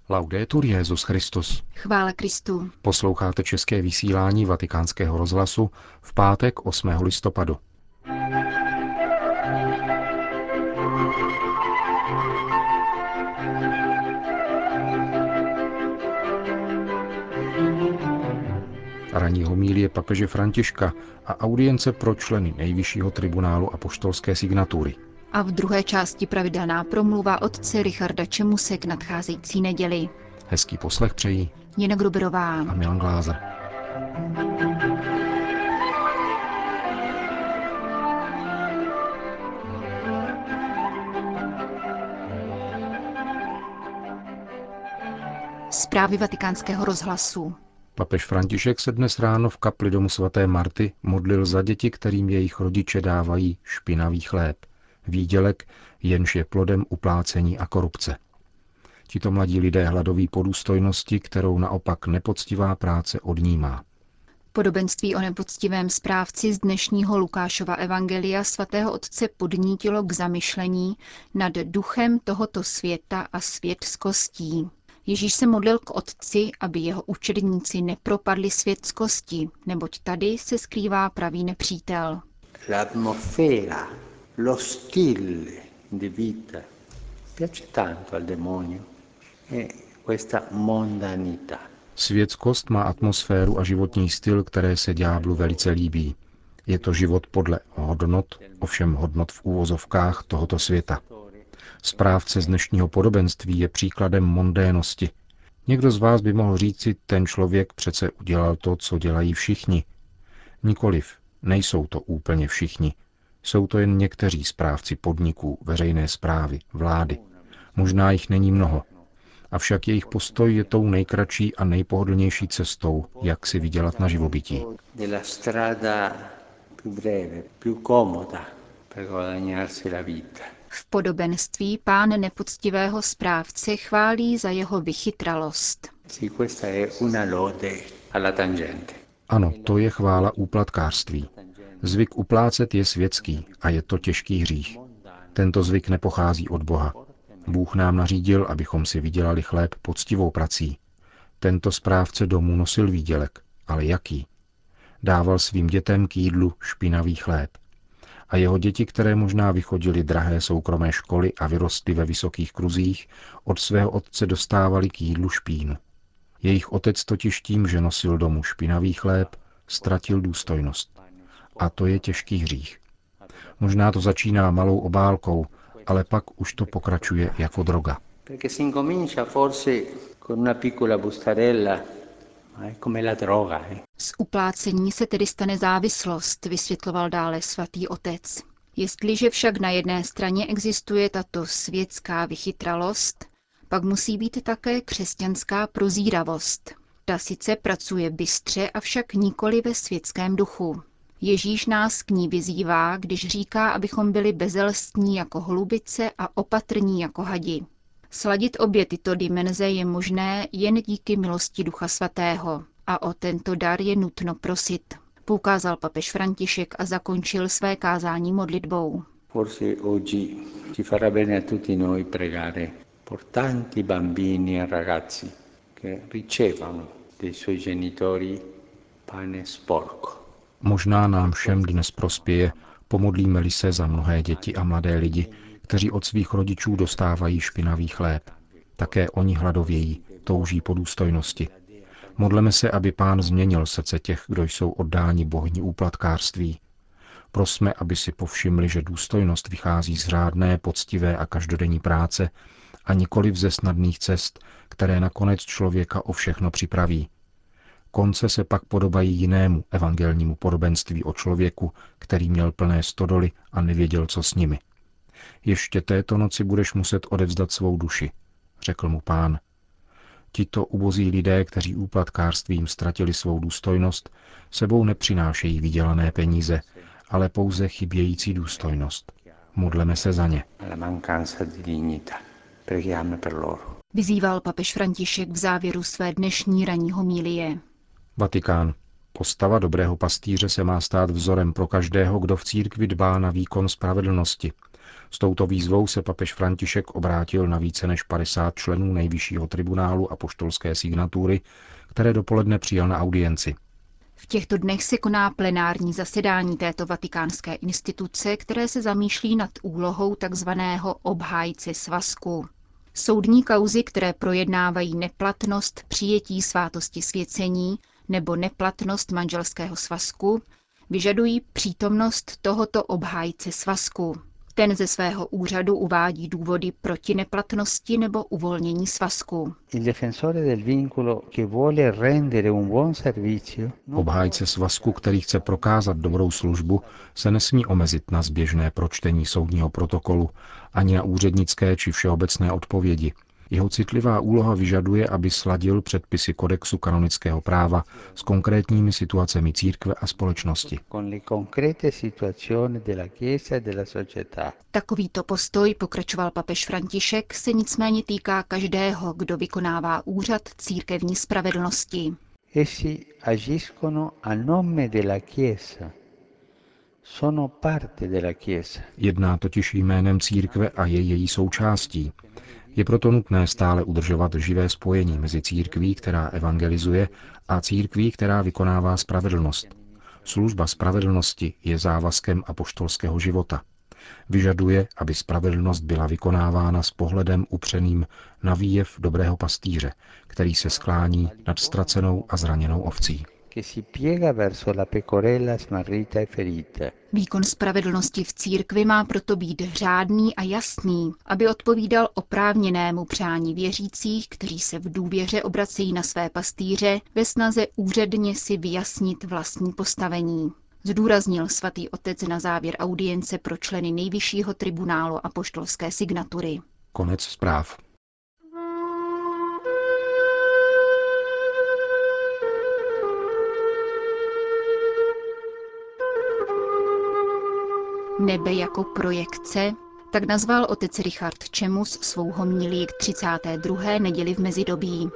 Laudetur Jesus Christus. Chvála Kristu. Posloucháte české vysílání Vatikánského rozhlasu v pátek 8. listopadu. Ranní homilie papeže Františka a audience pro členy Nejvyššího tribunálu apoštolské signatury. A v druhé části pravidelná promluva otce Richarda Čemuse k nadcházející neděli. Hezký poslech přejí Jana Gruberová a Milan Glázer. Zprávy Vatikánského rozhlasu. Papež František se dnes ráno v kapli domu svaté Marty modlil za děti, kterým jejich rodiče dávají špinavý chléb, výdělek, jenž je plodem uplácení a korupce. Tito mladí lidé hladoví po důstojnosti, kterou naopak nepoctivá práce odnímá. Podobenství o nepoctivém správci z dnešního Lukášova evangelia svatého otce podnítilo k zamyšlení nad duchem tohoto světa a světskostí. Ježíš se modlil k Otci, aby jeho učedníci nepropadli světskosti, neboť tady se skrývá pravý nepřítel. L'atmosfera, lo stile di vita piace tanto al demonio e questa mondanità. Světskost má atmosféru a životní styl, které se ďáblu velice líbí. Je to život podle hodnot, ovšem hodnot v úvozovkách tohoto světa. Správce z dnešního podobenství je příkladem mondénosti. Někdo z vás by mohl říci, ten člověk přece udělal to, co dělají všichni. Nikoliv, nejsou to úplně všichni. Jsou to jen někteří správci podniků, veřejné správy, vlády. Možná jich není mnoho. Avšak jejich postoj je tou nejkratší a nejpohodlnější cestou, jak si vydělat na živobytí. V podobenství pán nepoctivého správce chválí za jeho vychytralost. Ano, to je chvála úplatkářství. Zvyk uplácet je světský a je to těžký hřích. Tento zvyk nepochází od Boha. Bůh nám nařídil, abychom si vydělali chléb poctivou prací. Tento správce domů nosil výdělek, ale jaký? Dával svým dětem k jídlu špinavý chléb. A jeho děti, které možná vychodily drahé soukromé školy a vyrostly ve vysokých kruzích, od svého otce dostávali k jídlu špínu. Jejich otec totiž tím, že nosil domů špinavý chléb, ztratil důstojnost. A to je těžký hřích. Možná to začíná malou obálkou, ale pak už to pokračuje jako droga. Z uplácení se tedy stane závislost, vysvětloval dále svatý otec. Jestliže však na jedné straně existuje tato světská vychytralost, pak musí být také křesťanská prozíravost. Ta sice pracuje bystře, avšak nikoli ve světském duchu. Ježíš nás k ní vyzývá, když říká, abychom byli bezelstní jako holubice a opatrní jako hadi. Sladit obě tyto dimenze je možné jen díky milosti Ducha Svatého a o tento dar je nutno prosit, poukázal papež František a zakončil své kázání modlitbou. Forse oggi ci farà bene a tutti noi pregare por tanti bambini e ragazzi che ricevono dei suoi genitori pane sporco. Možná nám všem dnes prospěje, pomodlíme-li se za mnohé děti a mladé lidi, kteří od svých rodičů dostávají špinavý chléb. Také oni hladovějí, touží po důstojnosti. Modleme se, aby Pán změnil srdce těch, kdo jsou oddáni bohni úplatkářství. Prosme, aby si povšimli, že důstojnost vychází z řádné, poctivé a každodenní práce a nikoliv ze snadných cest, které nakonec člověka o všechno připraví. Konce se pak podobají jinému evangelnímu podobenství o člověku, který měl plné stodoly a nevěděl, co s nimi. Ještě této noci budeš muset odevzdat svou duši, řekl mu Pán. Tito ubozí lidé, kteří úplatkářstvím ztratili svou důstojnost, sebou nepřinášejí vydělané peníze, ale pouze chybějící důstojnost. Modleme se za ně. Vyzýval papež František v závěru své dnešní ranní homilie. Vatikán. Postava dobrého pastýře se má stát vzorem pro každého, kdo v církvi dbá na výkon spravedlnosti, S touto výzvou se papež František obrátil na více než 50 členů Nejvyššího tribunálu apoštolské signatury, které dopoledne přijal na audienci. V těchto dnech se koná plenární zasedání této vatikánské instituce, které se zamýšlí nad úlohou takzvaného obhájce svazku. Soudní kauzy, které projednávají neplatnost přijetí svátosti svěcení nebo neplatnost manželského svazku, vyžadují přítomnost tohoto obhájce svazku. Ten ze svého úřadu uvádí důvody proti neplatnosti nebo uvolnění svazku. Obhájce svazku, který chce prokázat dobrou službu, se nesmí omezit na zběžné pročtení soudního protokolu ani na úřednické či všeobecné odpovědi. Jeho citlivá úloha vyžaduje, aby sladil předpisy kodexu kanonického práva s konkrétními situacemi církve a společnosti. Takovýto postoj, pokračoval papež František, se nicméně týká každého, kdo vykonává úřad církevní spravedlnosti. Essi agiscono a nome della Chiesa. Sono parte della Chiesa. Jedná totiž jménem církve a je její součástí. Je proto nutné stále udržovat živé spojení mezi církví, která evangelizuje, a církví, která vykonává spravedlnost. Služba spravedlnosti je závazkem apoštolského života. Vyžaduje, aby spravedlnost byla vykonávána s pohledem upřeným na výjev dobrého pastýře, který se sklání nad ztracenou a zraněnou ovcí. Výkon spravedlnosti v církvi má proto být řádný a jasný, aby odpovídal oprávněnému přání věřících, kteří se v důvěře obracejí na své pastýře ve snaze úředně si vyjasnit vlastní postavení. Zdůraznil svatý otec na závěr audience pro členy Nejvyššího tribunálu apoštolské signatury. Konec zpráv. Nebe jako projekce, tak nazval otec Richard Čemus svou homilii k 32. neděli v mezidobí.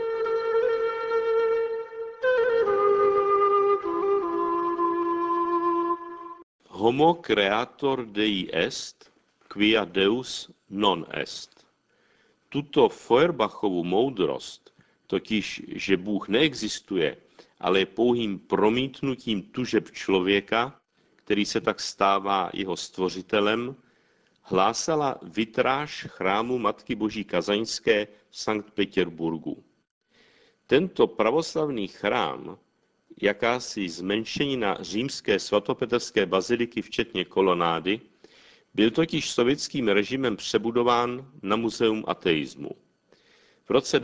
Homo creator Dei est, quia Deus non est. Tuto Feuerbachovu moudrost, totiž, že Bůh neexistuje, ale je pouhým promítnutím tužeb člověka, který se tak stává jeho stvořitelem, hlásala vitráž chrámu Matky Boží Kazaňské v Sankt Petěrburgu. Tento pravoslavný chrám, jakási zmenšenina římské svatopetrské baziliky včetně kolonády, byl totiž sovětským režimem přebudován na muzeum ateismu. V roce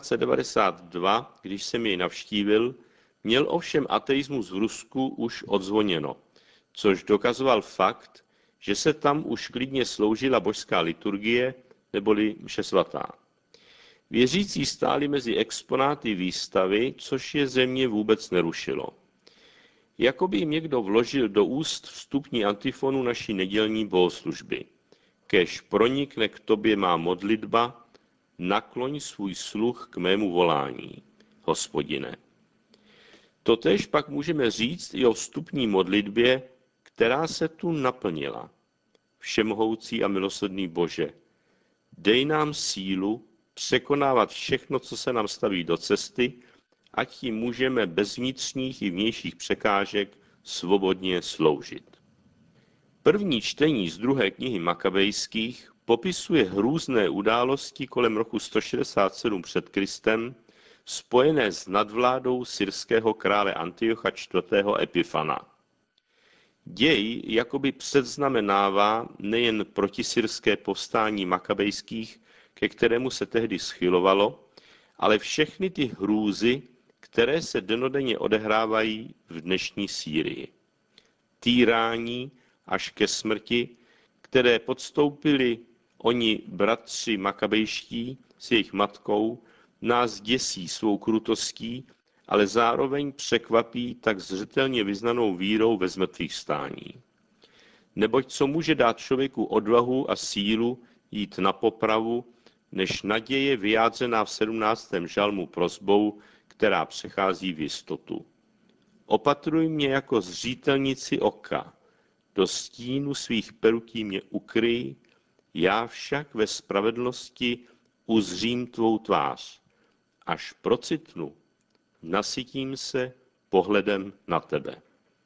1992, když jsem jej navštívil, měl ovšem ateismus v Rusku už odzvoněno, což dokazoval fakt, že se tam už klidně sloužila božská liturgie neboli mše svatá. Věřící stáli mezi exponáty výstavy, což je země vůbec nerušilo. Jakoby jim někdo vložil do úst vstupní antifonu naší nedělní bohoslužby. Kéž pronikne k tobě má modlitba, nakloň svůj sluch k mému volání, Hospodine. Totéž pak můžeme říct i o vstupní modlitbě, která se tu naplnila. Všemohoucí a milosrdný Bože, dej nám sílu překonávat všechno, co se nám staví do cesty, ať tím můžeme bez vnitřních i vnějších překážek svobodně sloužit. První čtení z 2. knihy Makabejských popisuje hrůzné události kolem roku 167 před Kristem, spojené s nadvládou syrského krále Antiocha IV. Epifana. Děj jakoby předznamenává nejen protisyrské povstání Makabejských, ke kterému se tehdy schylovalo, ale všechny ty hrůzy, které se dennodenně odehrávají v dnešní Sýrii. Týrání až ke smrti, které podstoupili oni bratři makabejští s jejich matkou, nás děsí svou krutostí, ale zároveň překvapí tak zřetelně vyznanou vírou ve zmrtvýchvstání. Neboť co může dát člověku odvahu a sílu jít na popravu, než naděje vyjádřená v 17. žalmu prosbou, která přechází v jistotu. Opatruj mě jako zřítelnici oka, do stínu svých perutí mě ukryj, já však ve spravedlnosti uzřím tvou tvář. Až procitnu, nasytím se pohledem na tebe.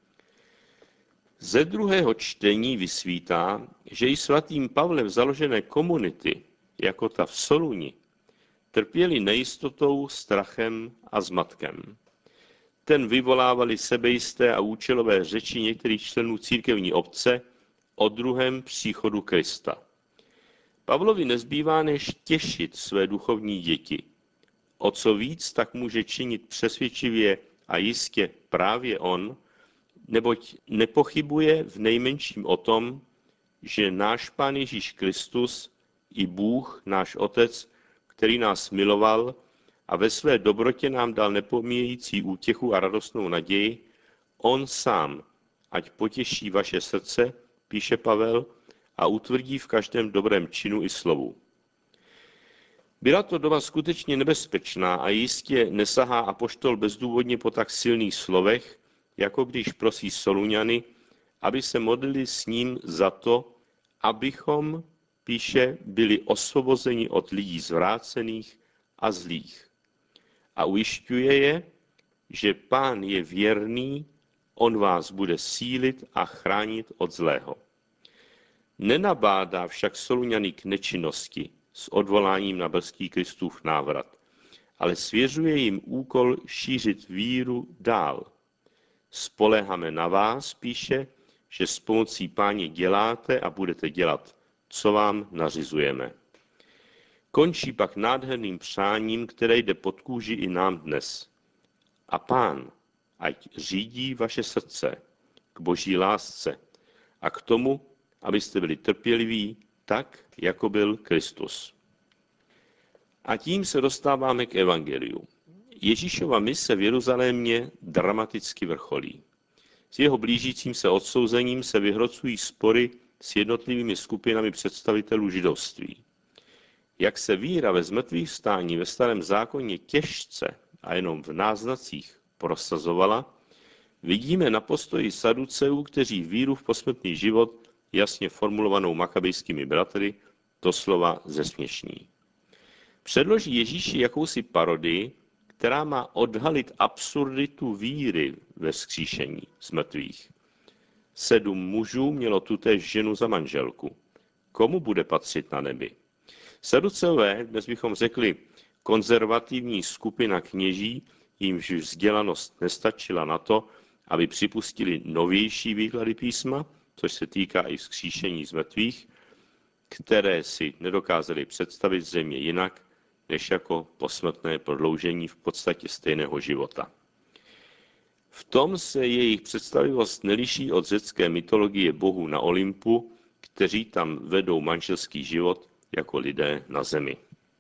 Ze druhého čtení vysvítá, že i svatým Pavlem založené komunity, jako ta v Soluni, trpěli nejistotou, strachem a zmatkem. Ten vyvolávali sebejisté a účelové řeči některých členů církevní obce o druhém příchodu Krista. Pavlovi nezbývá než těšit své duchovní děti. O co víc tak může činit přesvědčivě a jistě právě on, neboť nepochybuje v nejmenším o tom, že náš Pán Ježíš Kristus i Bůh, náš Otec, který nás miloval a ve své dobrotě nám dal nepomíjející útěchu a radostnou naději, on sám, ať potěší vaše srdce, píše Pavel, a utvrdí v každém dobrém činu i slovu. Byla to doba skutečně nebezpečná a jistě nesahá apoštol bezdůvodně po tak silných slovech, jako když prosí Soluňany, aby se modlili s ním za to, abychom, píše, byli osvobozeni od lidí zvrácených a zlých. A ujišťuje je, že Pán je věrný, on vás bude sílit a chránit od zlého. Nenabádá však Soluňany k nečinnosti s odvoláním na brzký Kristův návrat, ale svěřuje jim úkol šířit víru dál. Spoléháme na vás, píše, že s pomocí Páně děláte a budete dělat, co vám nařizujeme. Končí pak nádherným přáním, které jde pod kůži i nám dnes. A Pán, ať řídí vaše srdce k boží lásce a k tomu, abyste byli trpěliví, tak, jako byl Kristus. A tím se dostáváme k evangeliu. Ježíšova mise v Jeruzalémě dramaticky vrcholí. S jeho blížícím se odsouzením se vyhrocují spory s jednotlivými skupinami představitelů židovství. Jak se víra ve zmrtvýchvstání ve Starém zákoně těžce a jenom v náznacích prosazovala, vidíme na postoji saduceů, kteří víru v posmrtný život, jasně formulovanou makabejskými bratry, doslova zesměšní. Předloží Ježíši jakousi parodii, která má odhalit absurditu víry ve vzkříšení z mrtvých. 7 mužů mělo tutéž ženu za manželku. Komu bude patřit na nebi? Saduceové, dnes bychom řekli konzervativní skupina kněží, jimž vzdělanost nestačila na to, aby připustili novější výklady písma, což se týká i vzkříšení z mrtvých, které si nedokázali představit zřejmě jinak, než jako posmrtné prodloužení v podstatě stejného života. V tom se jejich představivost neliší od řecké mytologie bohů na Olympu, kteří tam vedou manželský život jako lidé na zemi.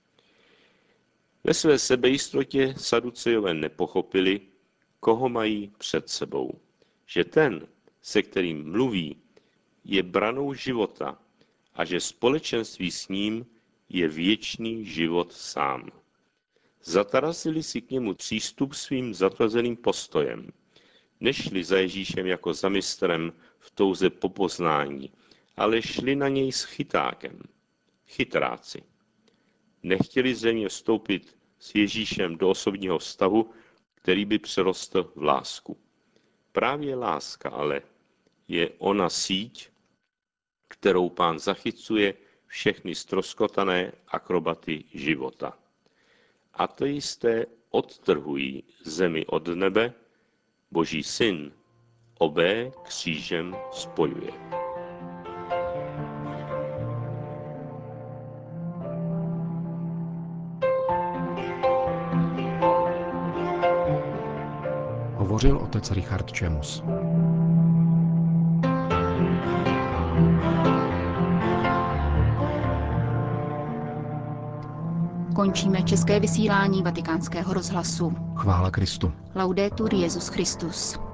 Ve své sebejistotě saducejové nepochopili, koho mají před sebou. Že ten, se kterým mluví, je branou života a že společenství s ním je věčný život sám. Zatarasili si k němu přístup svým zatvrzeným postojem. Nešli za Ježíšem jako za mistrem v touze po poznání, ale šli na něj s chytákem. Chytráci. Nechtěli zřejmě vstoupit s Ježíšem do osobního vztahu, který by přerostl v lásku. Právě láska ale je ona síť, kterou Pán zachycuje všechny ztroskotané akrobaty života. Ateisté odtrhují zemi od nebe, Boží syn obé křížem spojuje. Hovořil otec Richard Čemus. Končíme české vysílání Vatikánského rozhlasu. Chvála Kristu. Laudetur Jesus Christus.